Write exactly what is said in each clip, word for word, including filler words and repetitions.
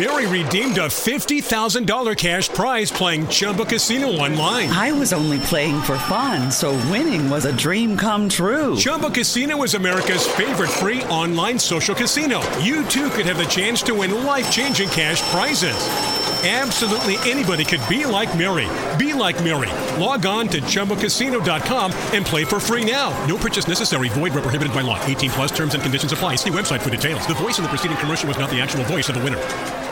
Mary redeemed a fifty thousand dollars cash prize playing Chumba Casino online. I was only playing for fun, so winning was a dream come true. Chumba Casino is America's favorite free online social casino. You too could have the chance to win life-changing cash prizes. Absolutely anybody could be like Mary. Be like Mary. Log on to Chumba Casino dot com and play for free now. No purchase necessary. Void where prohibited by law. eighteen plus terms and conditions apply. See website for details. The voice of the preceding commercial was not the actual voice of the winner.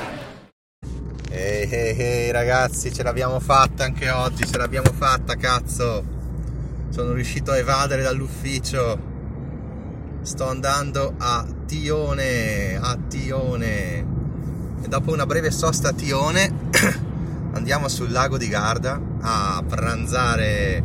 Ehi ehi ehi ragazzi, ce l'abbiamo fatta anche oggi, ce l'abbiamo fatta, cazzo. Sono riuscito a evadere dall'ufficio. Sto andando a Tione, a Tione. E dopo una breve sosta a Tione andiamo sul lago di Garda a pranzare.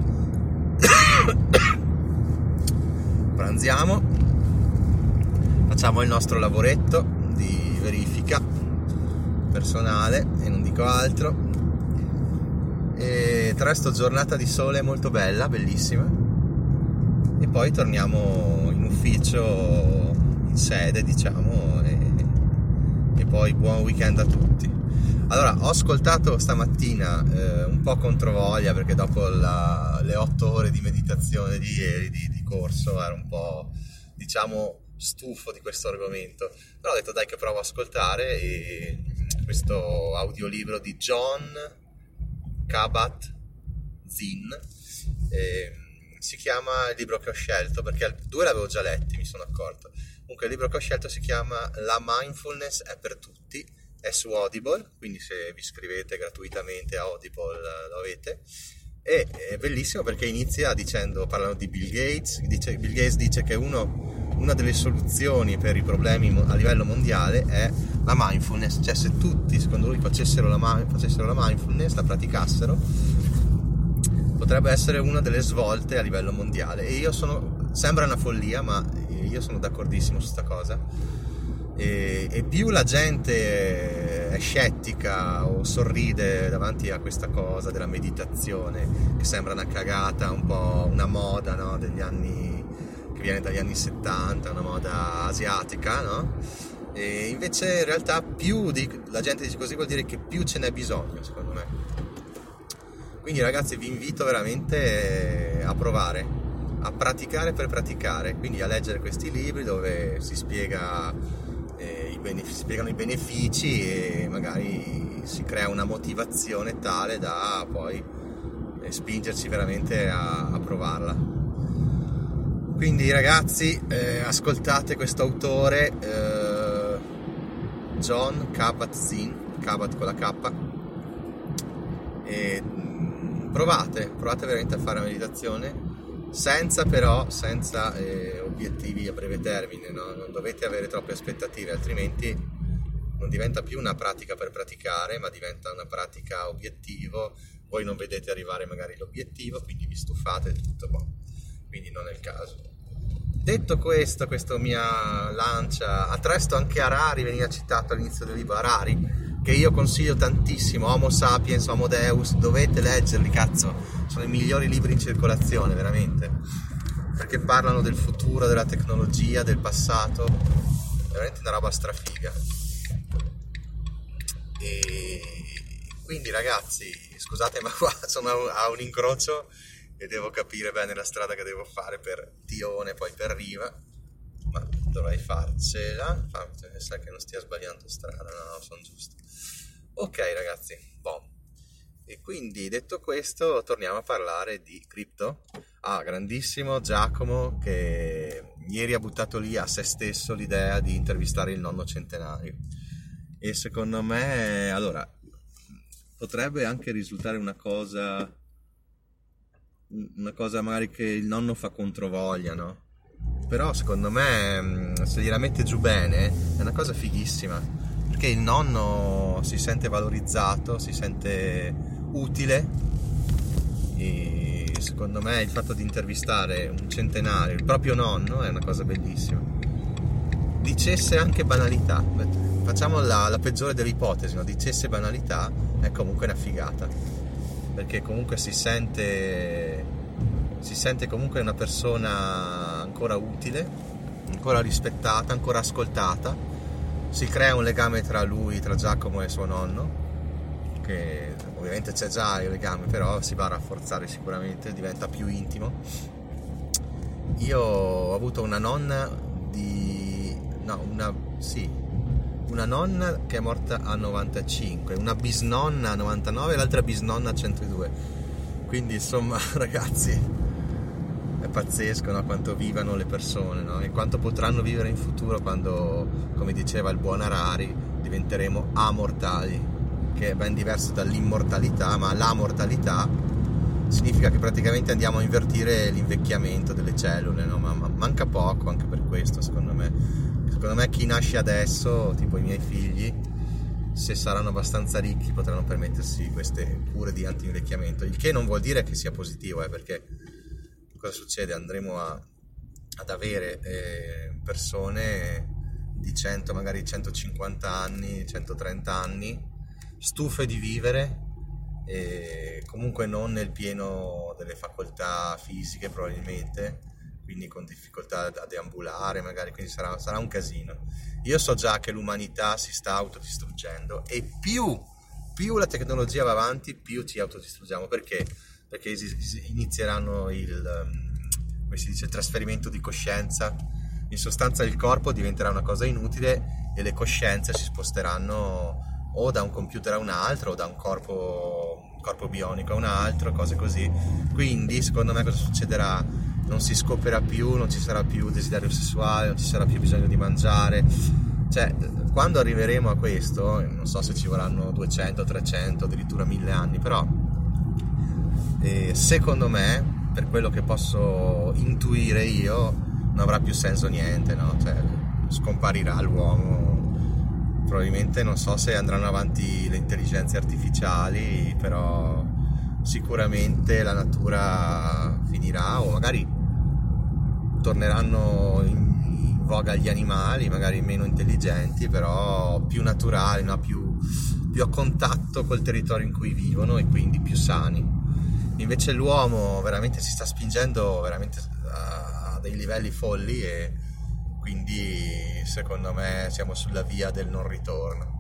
Pranziamo, facciamo il nostro lavoretto di verifica personale e non dico altro. E tra l'altro giornata di sole molto bella, bellissima. E poi torniamo in ufficio, in sede, diciamo, e, e poi buon weekend a tutti. Allora, ho ascoltato stamattina eh, un po' controvoglia, perché dopo la, le otto ore di meditazione di ieri, di, di corso, ero un po', diciamo, stufo di questo argomento. Però ho detto dai che provo a ascoltare e questo audiolibro di Jon Kabat-Zinn. Eh, si chiama il libro che ho scelto, perché due l'avevo già letti, mi sono accorto. Comunque il libro che ho scelto si chiama La Mindfulness è per tutti, è su Audible, quindi se vi iscrivete gratuitamente a Audible lo avete. E è bellissimo perché inizia dicendo, parlano di Bill Gates, dice, Bill Gates dice che uno, una delle soluzioni per i problemi a livello mondiale è la mindfulness, cioè se tutti secondo lui facessero la, facessero la mindfulness, la praticassero, potrebbe essere una delle svolte a livello mondiale. E io sono, sembra una follia, ma io sono d'accordissimo su sta cosa. E, e più la gente è scettica o sorride davanti a questa cosa della meditazione, che sembra una cagata, un po' una moda, no? Degli anni, che viene dagli anni settanta, una moda asiatica, no? E invece in realtà più di, la gente dice così, vuol dire che più ce n'è bisogno, secondo me. Quindi ragazzi, vi invito veramente a provare, a praticare per praticare, quindi a leggere questi libri dove si spiega eh, i benefici, si spiegano i benefici e magari si crea una motivazione tale da poi eh, spingerci veramente a, a provarla. Quindi ragazzi, eh, ascoltate questo autore, eh, Jon Kabat-Zinn, Kabat con la K, e provate, provate veramente a fare la meditazione, senza però, senza eh, obiettivi a breve termine, no? Non dovete avere troppe aspettative, altrimenti non diventa più una pratica per praticare, ma diventa una pratica obiettivo. Voi non vedete arrivare magari l'obiettivo, quindi vi stufate e tutto, boh. Quindi non è il caso. Detto questo, questo mia lancia, a Tresto anche Harari veniva citato all'inizio del libro, Harari, che io consiglio tantissimo, Homo Sapiens, Homo Deus, dovete leggerli, cazzo, sono i migliori libri in circolazione, veramente, perché parlano del futuro, della tecnologia, del passato, veramente una roba strafiga. E quindi ragazzi, scusate ma qua sono a un incrocio e devo capire bene la strada che devo fare per Tione, poi per Riva, ma dovrei farcela, fammi pensare che non stia sbagliando strada, no, no, sono giusto. Ok ragazzi, boh. E quindi detto questo torniamo a parlare di cripto. Ah, grandissimo Giacomo che ieri ha buttato lì a se stesso l'idea di intervistare il nonno centenario. E secondo me, allora, potrebbe anche risultare una cosa, una cosa magari che il nonno fa controvoglia, no? Però secondo me, se gliela mette giù bene, è una cosa fighissima. Perché il nonno si sente valorizzato, si sente utile e secondo me il fatto di intervistare un centenario, il proprio nonno, è una cosa bellissima. Dicesse anche banalità, facciamo la, la peggiore delle ipotesi, no? Dicesse banalità, è comunque una figata, perché comunque si sente si sente comunque una persona ancora utile, ancora rispettata, ancora ascoltata, si crea un legame tra lui, tra Giacomo e suo nonno, che ovviamente c'è già il legame, però si va a rafforzare sicuramente, diventa più intimo. Io ho avuto una nonna di... no, una... sì, una nonna che è morta a novantacinque, una bisnonna a novantanove e l'altra bisnonna a centodue. Quindi insomma, ragazzi, è pazzesco, no? Quanto vivano le persone, no? E quanto potranno vivere in futuro quando, come diceva il buon Harari, diventeremo amortali, che è ben diverso dall'immortalità, ma la mortalità significa che praticamente andiamo a invertire l'invecchiamento delle cellule, no? Ma, ma manca poco anche per questo, secondo me. Secondo me chi nasce adesso, tipo i miei figli, se saranno abbastanza ricchi potranno permettersi queste cure di anti-invecchiamento, il che non vuol dire che sia positivo, eh, perché cosa succede? Andremo a, ad avere eh, persone di cento, magari centocinquanta anni, centotrenta anni, stufe di vivere e comunque non nel pieno delle facoltà fisiche probabilmente, quindi con difficoltà a deambulare magari, quindi sarà, sarà un casino. Io so già che l'umanità si sta autodistruggendo e più, più la tecnologia va avanti più ci autodistruggiamo. Perché? Perché inizieranno il, come si dice, il trasferimento di coscienza. In sostanza il corpo diventerà una cosa inutile e le coscienze si sposteranno o da un computer a un altro o da un corpo, un corpo bionico a un altro, cose così. Quindi secondo me cosa succederà? Non si scoprirà più, non ci sarà più desiderio sessuale, non ci sarà più bisogno di mangiare. Cioè, quando arriveremo a questo, non so se ci vorranno duecento, trecento, addirittura mille anni, però eh, secondo me, per quello che posso intuire io, non avrà più senso niente, no? Cioè, scomparirà l'uomo. Probabilmente non so se andranno avanti le intelligenze artificiali, però sicuramente la natura finirà, o magari torneranno in voga gli animali, magari meno intelligenti, però più naturali, no? più, più a contatto col territorio in cui vivono e quindi più sani. Invece l'uomo veramente si sta spingendo veramente a dei livelli folli e quindi secondo me siamo sulla via del non ritorno.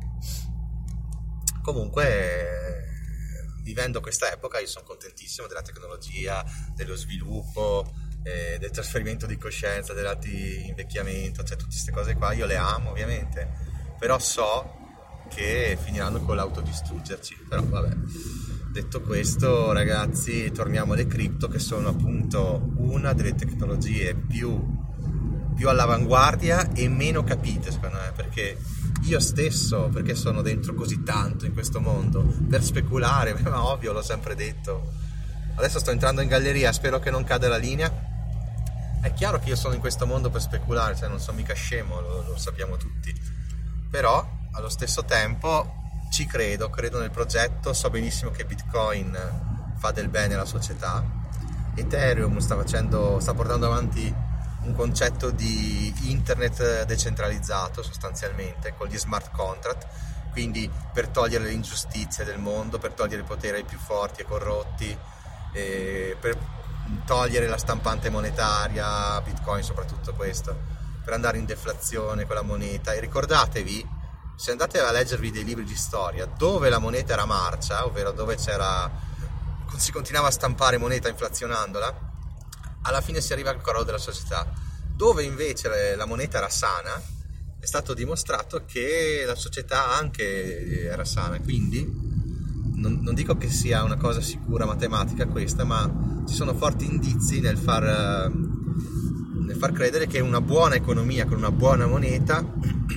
Comunque, vivendo questa epoca io sono contentissimo della tecnologia, dello sviluppo, eh, del trasferimento di coscienza, dell'anti-invecchiamento, cioè tutte queste cose qua io le amo ovviamente, però so che finiranno con l'autodistruggerci. Però vabbè, detto questo, ragazzi, torniamo alle cripto, che sono appunto una delle tecnologie più più all'avanguardia e meno capite secondo me, perché io stesso, perché sono dentro così tanto in questo mondo, per speculare, ma ovvio, l'ho sempre detto. Adesso sto entrando in galleria, spero che non cada la linea. È chiaro che io sono in questo mondo per speculare, cioè non sono mica scemo, lo, lo sappiamo tutti, però allo stesso tempo ci credo, credo nel progetto, so benissimo che Bitcoin fa del bene alla società, Ethereum sta facendo, sta portando avanti un concetto di internet decentralizzato sostanzialmente con gli smart contract, quindi per togliere le ingiustizie del mondo, per togliere il potere ai più forti e corrotti, e per togliere la stampante monetaria, Bitcoin soprattutto questo, per andare in deflazione con la moneta. E ricordatevi, se andate a leggervi dei libri di storia, dove la moneta era marcia, ovvero dove c'era, si continuava a stampare moneta inflazionandola, alla fine si arriva al crollo della società. Dove invece la moneta era sana, è stato dimostrato che la società anche era sana. Quindi non, non dico che sia una cosa sicura matematica questa, ma ci sono forti indizi nel far, nel far credere che una buona economia con una buona moneta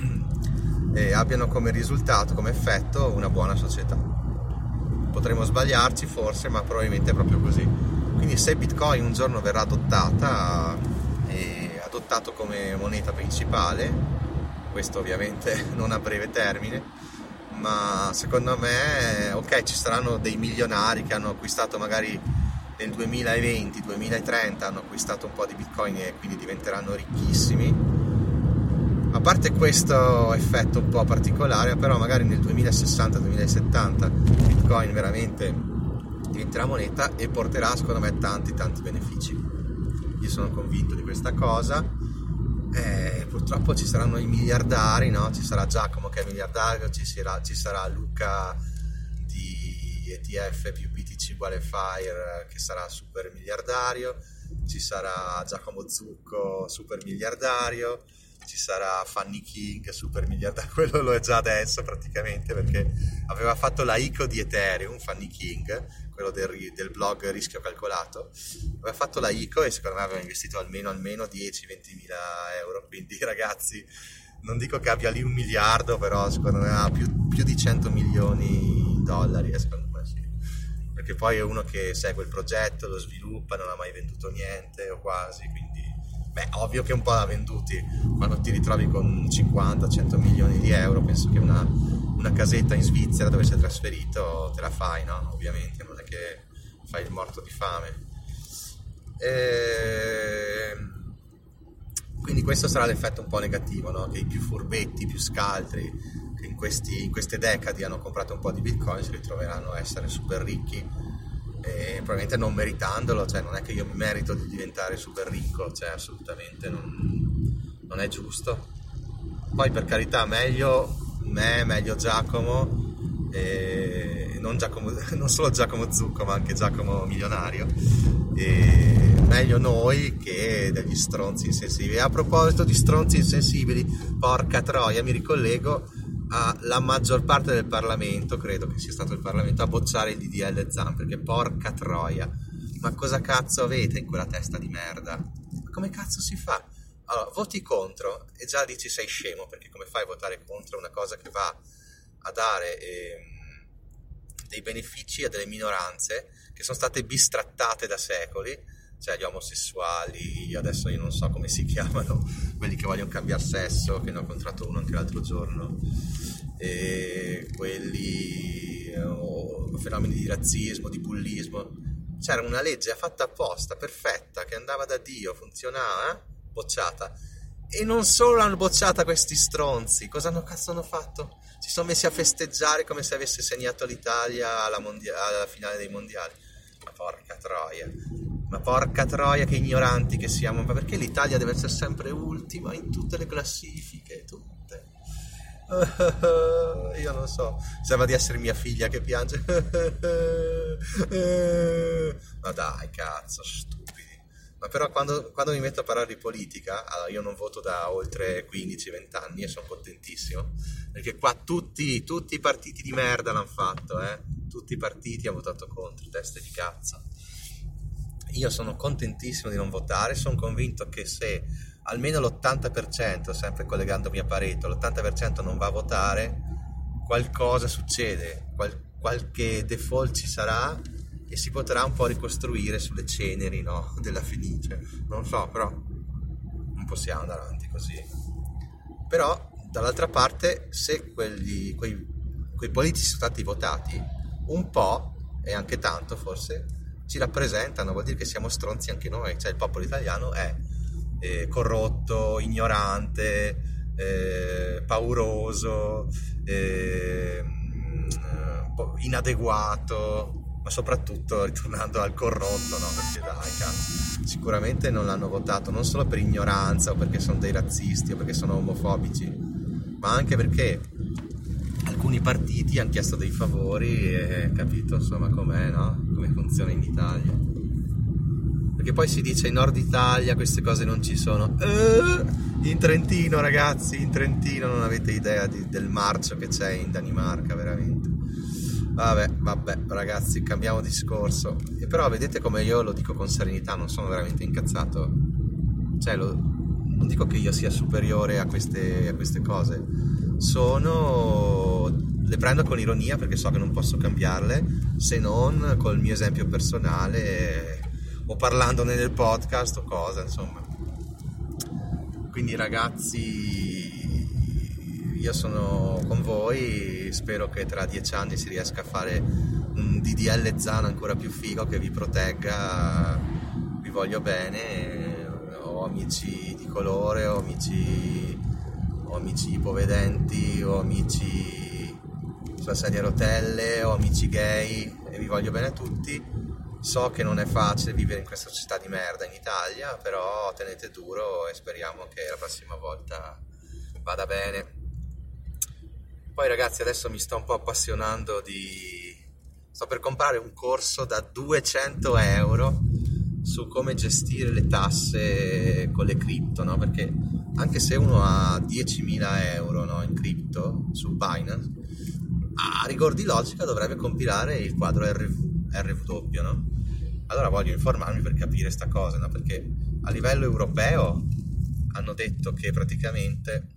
eh, abbiano come risultato, come effetto, una buona società. Potremmo sbagliarci forse, ma probabilmente è proprio così. Quindi se Bitcoin un giorno verrà adottata e adottato come moneta principale, questo ovviamente non a breve termine, ma secondo me ok, ci saranno dei milionari che hanno acquistato magari nel duemilaventi duemilatrenta, hanno acquistato un po' di Bitcoin e quindi diventeranno ricchissimi. A parte questo effetto un po' particolare, però magari nel duemilasessanta duemilasettanta Bitcoin veramente diventerà moneta e porterà secondo me tanti tanti benefici. Io sono convinto di questa cosa Eh, purtroppo ci saranno i miliardari, no? Ci sarà Giacomo che è miliardario, ci sarà, ci sarà Luca di E T F più B T C uguale Fire che sarà super miliardario, ci sarà Giacomo Zucco super miliardario, ci sarà Fanny King super miliardario, quello lo è già adesso praticamente, perché aveva fatto la I C O di Ethereum, Fanny King, quello del, del blog Rischio Calcolato, aveva fatto la I C O e secondo me aveva investito almeno almeno dieci venti mila euro, quindi ragazzi non dico che abbia lì un miliardo, però secondo me ha più, più di cento milioni di dollari, eh, secondo me sì, perché poi è uno che segue il progetto, lo sviluppa, non ha mai venduto niente o quasi, quindi beh, ovvio che un po' l'ha venduti. Quando ti ritrovi con cinquanta cento milioni di euro, penso che una, una casetta in Svizzera dove sei trasferito te la fai, no? Ovviamente, non è che fai il morto di fame. E... quindi questo sarà l'effetto un po' negativo, no? Che i più furbetti, i più scaltri, che in, questi, in queste decadi hanno comprato un po' di bitcoin, si ritroveranno a essere super ricchi, e probabilmente non meritandolo, cioè non è che io mi merito di diventare super ricco, cioè assolutamente non, non è giusto. Poi per carità, meglio me, meglio Giacomo, e non, Giacomo, non solo Giacomo Zucco ma anche Giacomo milionario, e meglio noi che degli stronzi insensibili. E a proposito di stronzi insensibili, porca troia, mi ricollego alla maggior parte del Parlamento, credo che sia stato il Parlamento a bocciare il D D L Zan, perché porca troia, ma cosa cazzo avete in quella testa di merda? Ma come cazzo si fa? Allora, voti contro e già dici sei scemo, perché come fai a votare contro una cosa che va a dare ehm, dei benefici a delle minoranze che sono state bistrattate da secoli, cioè gli omosessuali, adesso io non so come si chiamano, quelli che vogliono cambiare sesso, che ne ho incontrato uno anche l'altro giorno, e quelli oh, fenomeni di razzismo, di bullismo. C'era una legge fatta apposta, perfetta, che andava da Dio, funzionava, eh? Bocciata. E non solo hanno bocciata questi stronzi, cosa hanno cazzo hanno fatto? Si sono messi a festeggiare come se avesse segnato l'Italia alla, mondia- alla finale dei mondiali. Ma porca troia, ma porca troia che ignoranti che siamo, ma perché l'Italia deve essere sempre ultima in tutte le classifiche, tutte? Io non so, sembra di essere mia figlia che piange. Ma dai, cazzo, stupidi. Ma però quando, quando mi metto a parlare di politica, allora io non voto da oltre quindici venti anni e sono contentissimo, perché qua tutti, tutti i partiti di merda l'hanno fatto, eh? Tutti i partiti hanno votato contro, teste di cazzo. Io sono contentissimo di non votare, sono convinto che se almeno l'ottanta per cento, sempre collegandomi a Pareto, l'ottanta per cento non va a votare, qualcosa succede, qual- qualche default ci sarà e si potrà un po' ricostruire sulle ceneri, no? Della Fenice. Non so, però non possiamo andare avanti così. Però dall'altra parte, se quelli, quei, quei politici sono stati votati, un po', e anche tanto forse, ci rappresentano, vuol dire che siamo stronzi anche noi, cioè il popolo italiano è eh, corrotto, ignorante, eh, pauroso, eh, inadeguato, ma soprattutto ritornando al corrotto, no? Perché dai, cazzo, sicuramente non l'hanno votato non solo per ignoranza o perché sono dei razzisti o perché sono omofobici, ma anche perché alcuni partiti hanno chiesto dei favori e capito insomma com'è, no? Come funziona in Italia, perché poi si dice in Nord Italia queste cose non ci sono, eh, in Trentino ragazzi, in Trentino non avete idea di, del marcio che c'è in Danimarca, veramente. Vabbè, vabbè ragazzi, cambiamo discorso. E però vedete come io lo dico con serenità, non sono veramente incazzato, cioè lo, non dico che io sia superiore a queste, a queste cose, sono, le prendo con ironia perché so che non posso cambiarle se non col mio esempio personale o parlandone nel podcast o cosa, insomma. Quindi ragazzi, io sono con voi, spero che tra dieci anni si riesca a fare un D D L Zan ancora più figo che vi protegga, vi voglio bene, ho amici di colore, ho amici, ho amici ipovedenti, ho amici sulla sedia a rotelle, ho amici gay e vi voglio bene a tutti, So che non è facile vivere in questa società di merda in Italia, però tenete duro e speriamo che la prossima volta vada bene. Poi ragazzi, adesso mi sto un po' appassionando di... sto per comprare un corso da duecento euro su come gestire le tasse con le cripto, no? Perché anche se uno ha diecimila euro, no, in cripto su Binance, a rigor di logica dovrebbe compilare il quadro R V W, no? Allora voglio informarmi per capire sta cosa, no? Perché a livello europeo hanno detto che praticamente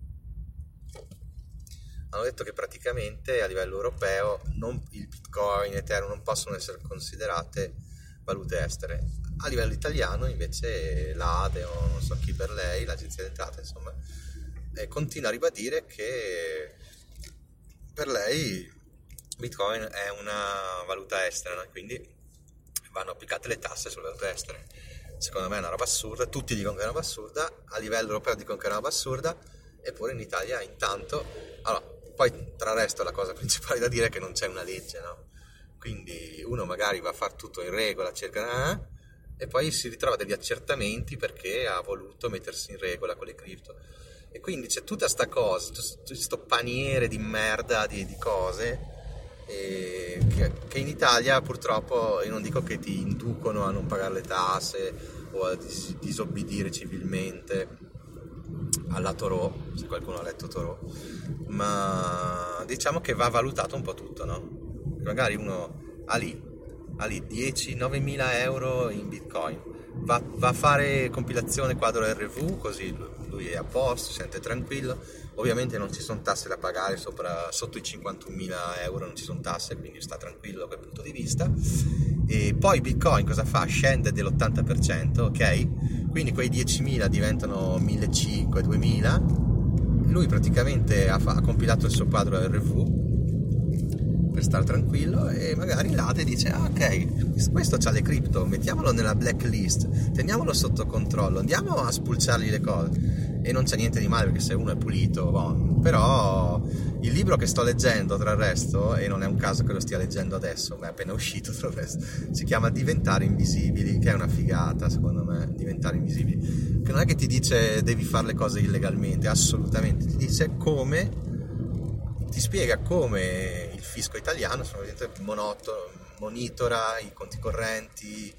hanno detto che praticamente a livello europeo non, il Bitcoin e Ethereum non possono essere considerate valute estere. A livello italiano invece l'A D E o non so chi per lei, l'agenzia delle entrate, insomma, eh, continua a ribadire che per lei Bitcoin è una valuta estera, no? Quindi vanno applicate le tasse sulle valute estere. Secondo me è una roba assurda, tutti dicono che è una roba assurda, a livello europeo dicono che è una roba assurda, eppure in Italia intanto... Allora, poi tra il resto la cosa principale da dire è che non c'è una legge, no? Quindi uno magari va a fare tutto in regola, cerca... Eh, e poi si ritrova degli accertamenti perché ha voluto mettersi in regola con le cripto. E quindi c'è tutta sta cosa, questo paniere di merda di, di cose eh, che, che in Italia purtroppo, io non dico che ti inducono a non pagare le tasse o a dis- disobbedire civilmente alla Torò, se qualcuno ha letto Torò, ma diciamo che va valutato un po' tutto, no? Magari uno ha lì ha lì dieci novemila euro in Bitcoin, va, va a fare compilazione quadro R V, così lui è a posto, si sente tranquillo. Ovviamente non ci sono tasse da pagare, sopra, sotto i cinquantunomila euro non ci sono tasse, quindi sta tranquillo da quel punto di vista. E poi Bitcoin cosa fa? Scende dell'ottanta per cento, ok? Quindi quei diecimila diventano millecinquecento, duemila. Lui praticamente ha, ha compilato il suo quadro R V per stare tranquillo, e magari l'A D E dice ah, ok, questo c'ha le cripto, mettiamolo nella blacklist, teniamolo sotto controllo, andiamo a spulciargli le cose. E non c'è niente di male, perché se uno è pulito, bon. Però il libro che sto leggendo, tra il resto, e non è un caso che lo stia leggendo adesso, ma è appena uscito, tra il resto, si chiama Diventare Invisibili, che è una figata secondo me. Diventare Invisibili, che non è che ti dice devi fare le cose illegalmente, assolutamente, ti dice come, ti spiega come il fisco italiano monoto, monitora i conti correnti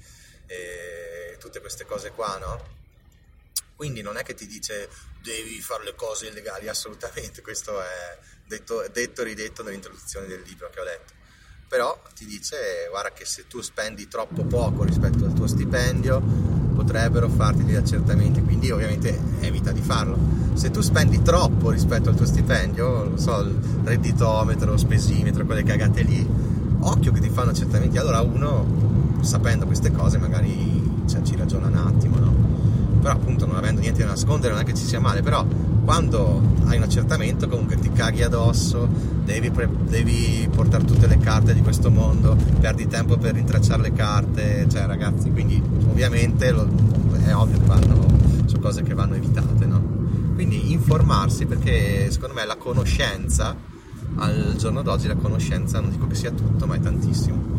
e tutte queste cose qua, no? Quindi non è che ti dice devi fare le cose illegali, assolutamente, questo è detto, detto e ridetto nell'introduzione del libro che ho letto. Però ti dice guarda che se tu spendi troppo poco rispetto al tuo stipendio potrebbero farti degli accertamenti, quindi ovviamente evita di farlo. Se tu spendi troppo rispetto al tuo stipendio, non so, il redditometro, spesimetro, quelle cagate lì, occhio che ti fanno accertamenti. Allora uno, sapendo queste cose, magari cioè, ci ragiona un attimo, no? Però appunto non avendo niente da nascondere non è che ci sia male, però quando hai un accertamento comunque ti caghi addosso, devi, pre- devi portare tutte le carte di questo mondo, perdi tempo per rintracciare le carte, cioè ragazzi, quindi ovviamente lo, è ovvio che vanno, sono cose che vanno evitate, no? Quindi informarsi, perché secondo me la conoscenza, al giorno d'oggi la conoscenza non dico che sia tutto, ma è tantissimo.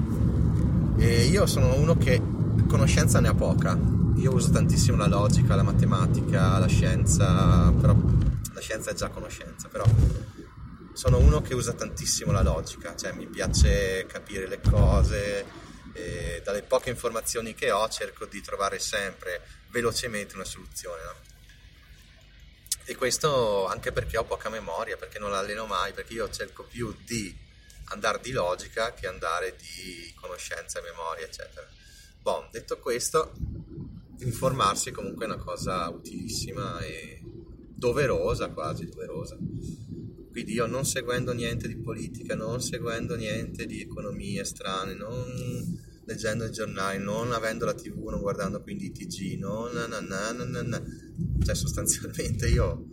E io sono uno che conoscenza ne ha poca. Io uso tantissimo la logica, la matematica, la scienza, però la scienza è già conoscenza, però sono uno che usa tantissimo la logica, cioè mi piace capire le cose, e dalle poche informazioni che ho cerco di trovare sempre velocemente una soluzione, no? E questo anche perché ho poca memoria, perché non la alleno mai, perché io cerco più di andare di logica che andare di conoscenza e memoria, eccetera. Bon, detto questo, informarsi comunque è una cosa utilissima e doverosa, quasi doverosa. Quindi io non seguendo niente di politica, non seguendo niente di economie strane, non leggendo i giornali, non avendo la tivù, non guardando quindi i T G, non na, na, na, na, na. Cioè sostanzialmente io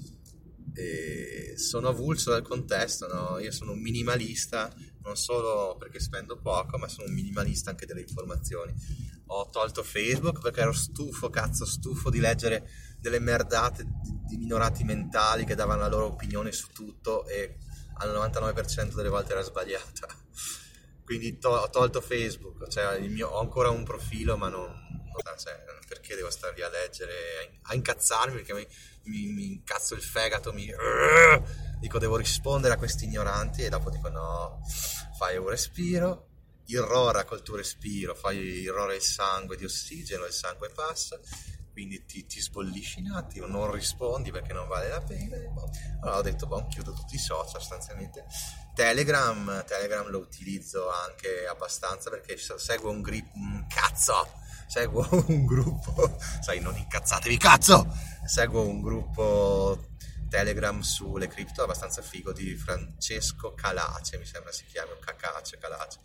eh, sono avulso dal contesto, no? Io sono un minimalista, non solo perché spendo poco, ma sono un minimalista anche delle informazioni. Ho tolto Facebook perché ero stufo, cazzo, stufo di leggere delle merdate di minorati mentali che davano la loro opinione su tutto e al novantanove per cento delle volte era sbagliata. quindi to- ho tolto Facebook, cioè il mio, ho ancora un profilo ma non, cioè, perché devo stare lì a leggere, a incazzarmi, perché mi, mi, mi incazzo il fegato, mi dico devo rispondere a questi ignoranti, e dopo dico no, fai un respiro, irrora col tuo respiro, fai irrora il sangue di ossigeno, il sangue passa, quindi ti, ti sbollisci un attimo, non rispondi perché non vale la pena. Allora ho detto boh, chiudo tutti i social sostanzialmente. Telegram, Telegram lo utilizzo anche abbastanza perché seguo un grip, un cazzo, seguo un gruppo, sai, non incazzatevi cazzo, seguo un gruppo Telegram sulle cripto abbastanza figo di Francesco Calace, mi sembra si chiami, o Cacace, Calace,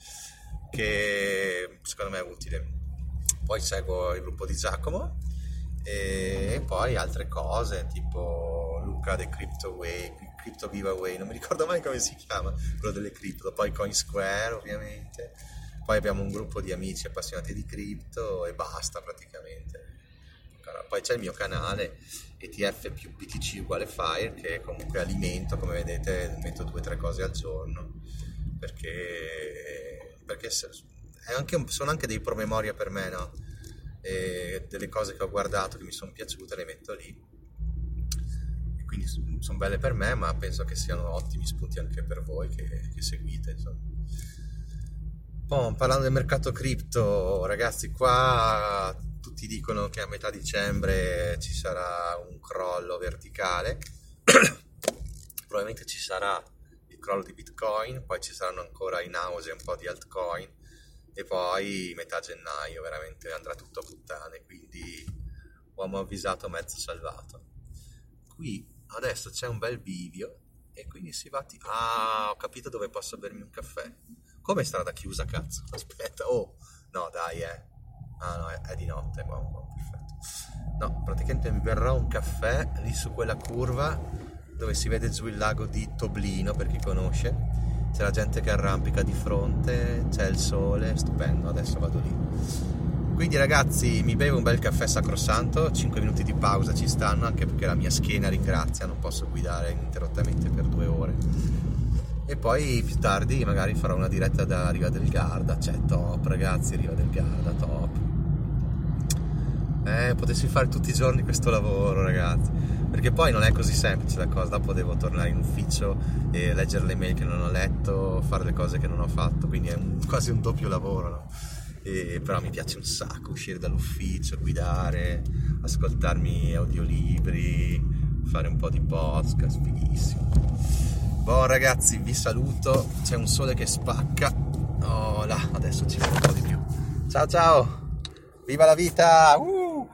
che secondo me è utile. Poi seguo il gruppo di Giacomo e poi altre cose tipo Luca The Crypto Way, Crypto Giveaway, non mi ricordo mai come si chiama, quello delle cripto, poi CoinSquare ovviamente, poi abbiamo un gruppo di amici appassionati di cripto e basta praticamente. Poi c'è il mio canale E T F più B T C uguale Fire, che comunque alimento, come vedete metto due o tre cose al giorno perché, perché è anche, sono anche dei promemoria per me, no? E delle cose che ho guardato che mi sono piaciute le metto lì, e quindi sono belle per me, ma penso che siano ottimi spunti anche per voi che, che seguite, insomma. Poi, parlando del mercato cripto, ragazzi, qua tutti dicono che a metà dicembre ci sarà un crollo verticale probabilmente ci sarà il crollo di Bitcoin, poi ci saranno ancora in auge un po' di altcoin, e poi metà gennaio veramente andrà tutto a puttane, quindi uomo avvisato mezzo salvato. Qui adesso c'è un bel bivio e quindi si va ti- ah, ho capito dove posso bermi un caffè. Come strada chiusa, cazzo? Aspetta, oh no dai, eh ah no, è, è di notte, wow, wow, perfetto. No, praticamente mi berrò un caffè lì su quella curva dove si vede giù il lago di Toblino, per chi conosce. C'è la gente che arrampica di fronte, c'è il sole, stupendo, adesso vado lì. Quindi ragazzi, mi bevo un bel caffè sacrosanto, cinque minuti di pausa ci stanno, anche perché la mia schiena ringrazia, non posso guidare ininterrottamente per due ore. E poi più tardi magari farò una diretta da Riva del Garda, cioè top ragazzi, Riva del Garda, top. Eh, potessi fare tutti i giorni questo lavoro, ragazzi, perché poi non è così semplice la cosa, dopo devo tornare in ufficio e leggere le mail che non ho letto, fare le cose che non ho fatto, quindi è un, quasi un doppio lavoro, no? E, però mi piace un sacco uscire dall'ufficio, guidare, ascoltarmi audiolibri, fare un po' di podcast, fighissimo. Boh ragazzi, vi saluto, c'è un sole che spacca, oh là, adesso ci vedo un po' di più. Ciao ciao, viva la vita! Uh!